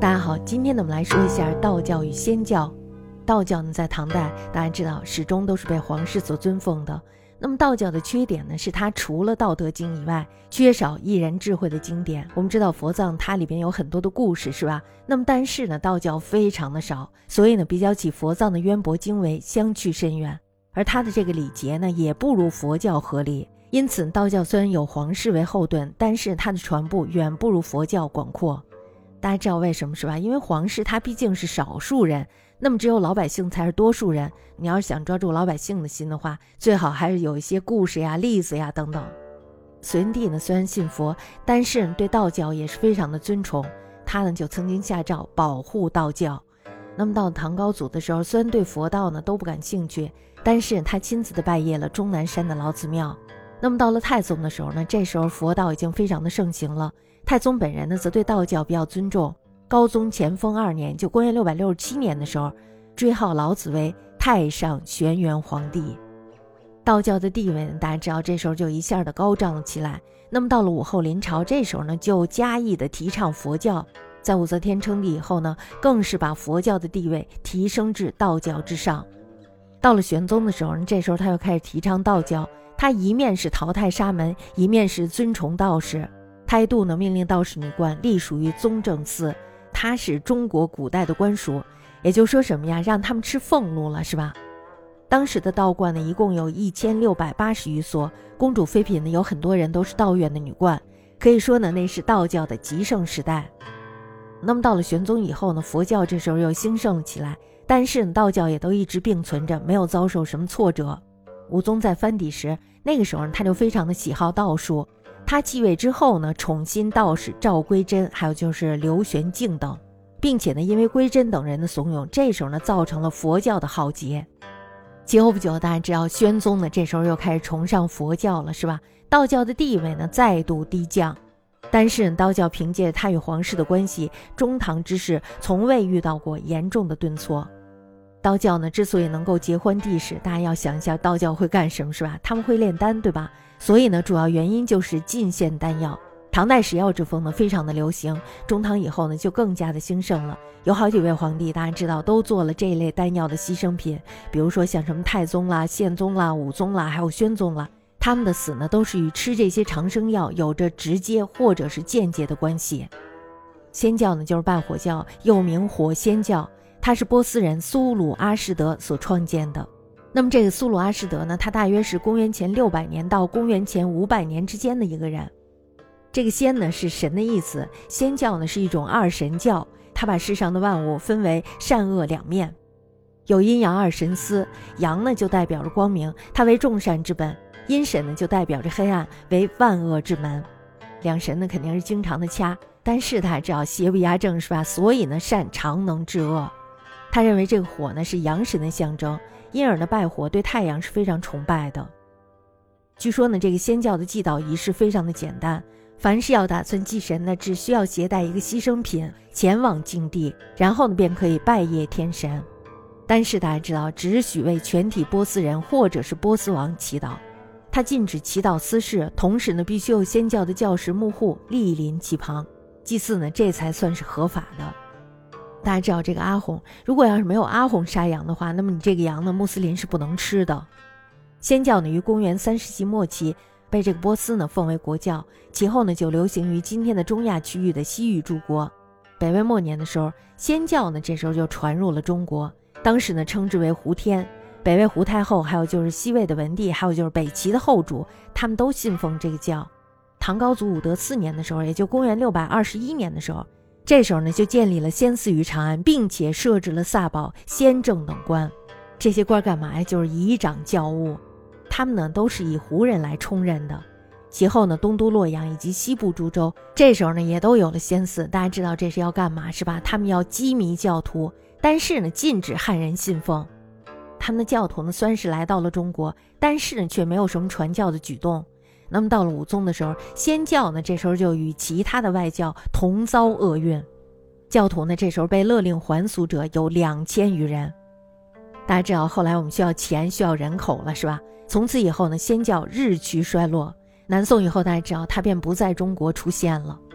大家好，今天呢我们来说一下道教与仙教。道教呢在唐代大家知道始终都是被皇室所尊奉的。那么道教的缺点呢是它除了道德经以外缺少一人智慧的经典。我们知道佛藏它里边有很多的故事是吧，那么但是呢道教非常的少，所以呢比较起佛藏的渊博经纬相去甚远，而它的这个礼节呢也不如佛教合理。因此道教虽然有皇室为后盾，但是它的传播远不如佛教广阔。大家知道为什么是吧？因为皇室它毕竟是少数人，那么只有老百姓才是多数人。你要是想抓住老百姓的心的话，最好还是有一些故事呀、例子呀等等。隋文帝呢虽然信佛，但是对道教也是非常的尊崇，他呢就曾经下诏保护道教。那么到唐高祖的时候，虽然对佛道呢都不感兴趣，但是他亲自的拜谒了终南山的老子庙。那么到了太宗的时候呢，这时候佛道已经非常的盛行了。太宗本人呢则对道教比较尊重。高宗乾封2年，就公元667年的时候，追号老子为太上玄元皇帝。道教的地位呢，大家知道这时候就一下的高涨了起来。那么到了武后临朝，这时候呢就加意的提倡佛教。在武则天称帝以后呢，更是把佛教的地位提升至道教之上。到了玄宗的时候呢，这时候他又开始提倡道教，他一面是淘汰沙门，一面是尊崇道士。态度呢命令道士女官隶属于宗正司，它是中国古代的官署，也就是说什么呀，让他们吃俸禄了是吧？当时的道观呢一共有1680余所，公主妃嫔呢有很多人都是道院的女官，可以说呢那是道教的极盛时代。那么到了玄宗以后呢，佛教这时候又兴盛了起来，但是道教也都一直并存着，没有遭受什么挫折。武宗在藩邸时，那个时候他就非常的喜好道术。他继位之后呢，宠信道士赵归真，还有就是刘玄敬等，并且呢，因为归真等人的怂恿，这时候呢，造成了佛教的浩劫。其后不久，大家知道宣宗呢，这时候又开始崇尚佛教了，是吧？道教的地位呢，再度低降。但是道教凭借他与皇室的关系，中唐之世从未遇到过严重的顿挫。道教呢，之所以能够结欢帝室，大家要想一下道教会干什么是吧？他们会炼丹，对吧？所以呢，主要原因就是进献丹药。唐代食药之风呢非常的流行，中唐以后呢就更加的兴盛了。有好几位皇帝，大家知道都做了这一类丹药的牺牲品，比如说像什么太宗啦、宪宗啦、武宗啦，还有宣宗啦，他们的死呢都是与吃这些长生药有着直接或者是间接的关系。仙教呢就是拜火教，又名火仙教，它是波斯人苏鲁阿什德所创建的。那么这个苏鲁阿什德呢，他大约是公元前600年到公元前500年之间的一个人。这个仙呢是神的意思，仙教呢是一种二神教，他把世上的万物分为善恶两面，有阴阳二神司，阳呢就代表着光明，它为众善之本；阴神呢就代表着黑暗，为万恶之门。两神呢肯定是经常的掐，但是他知道邪不压正是吧？所以呢善常能治恶。他认为这个火呢是阳神的象征，因而呢拜火对太阳是非常崇拜的。据说呢这个仙教的祭祷仪式非常的简单，凡是要打算祭神呢，只需要携带一个牺牲品前往境地，然后呢便可以拜谒天神。但是大家知道，只许为全体波斯人或者是波斯王祈祷，他禁止祈祷私事，同时呢必须有仙教的教士幕户莅临其旁，祭祀呢这才算是合法的。大家知道这个阿訇，如果要是没有阿訇杀羊的话，那么你这个羊呢穆斯林是不能吃的。仙教呢于公元3世纪末期被这个波斯呢奉为国教，其后呢就流行于今天的中亚区域的西域诸国。北魏末年的时候，仙教呢这时候就传入了中国，当时呢称之为胡天。北魏胡太后，还有就是西魏的文帝，还有就是北齐的后主，他们都信奉这个教。唐高祖武德4年的时候，也就公元621年的时候，这时候呢就建立了仙寺于长安，并且设置了萨宝、仙正等官。这些官干嘛呀？就是仪掌教务，他们呢都是以胡人来充任的。其后呢东都洛阳以及西部诸州，这时候呢也都有了仙寺。大家知道这是要干嘛是吧？他们要羁迷教徒，但是呢禁止汉人信奉。他们的教徒呢虽然是来到了中国，但是呢却没有什么传教的举动。那么到了武宗的时候，仙教呢这时候就与其他的外教同遭厄运，教徒呢这时候被勒令还俗者有2000余人。大家知道后来我们需要钱需要人口了是吧？从此以后呢仙教日趋衰落。南宋以后大家知道它便不在中国出现了。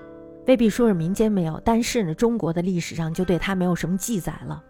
未必说是民间没有，但是呢，中国的历史上就对它没有什么记载了。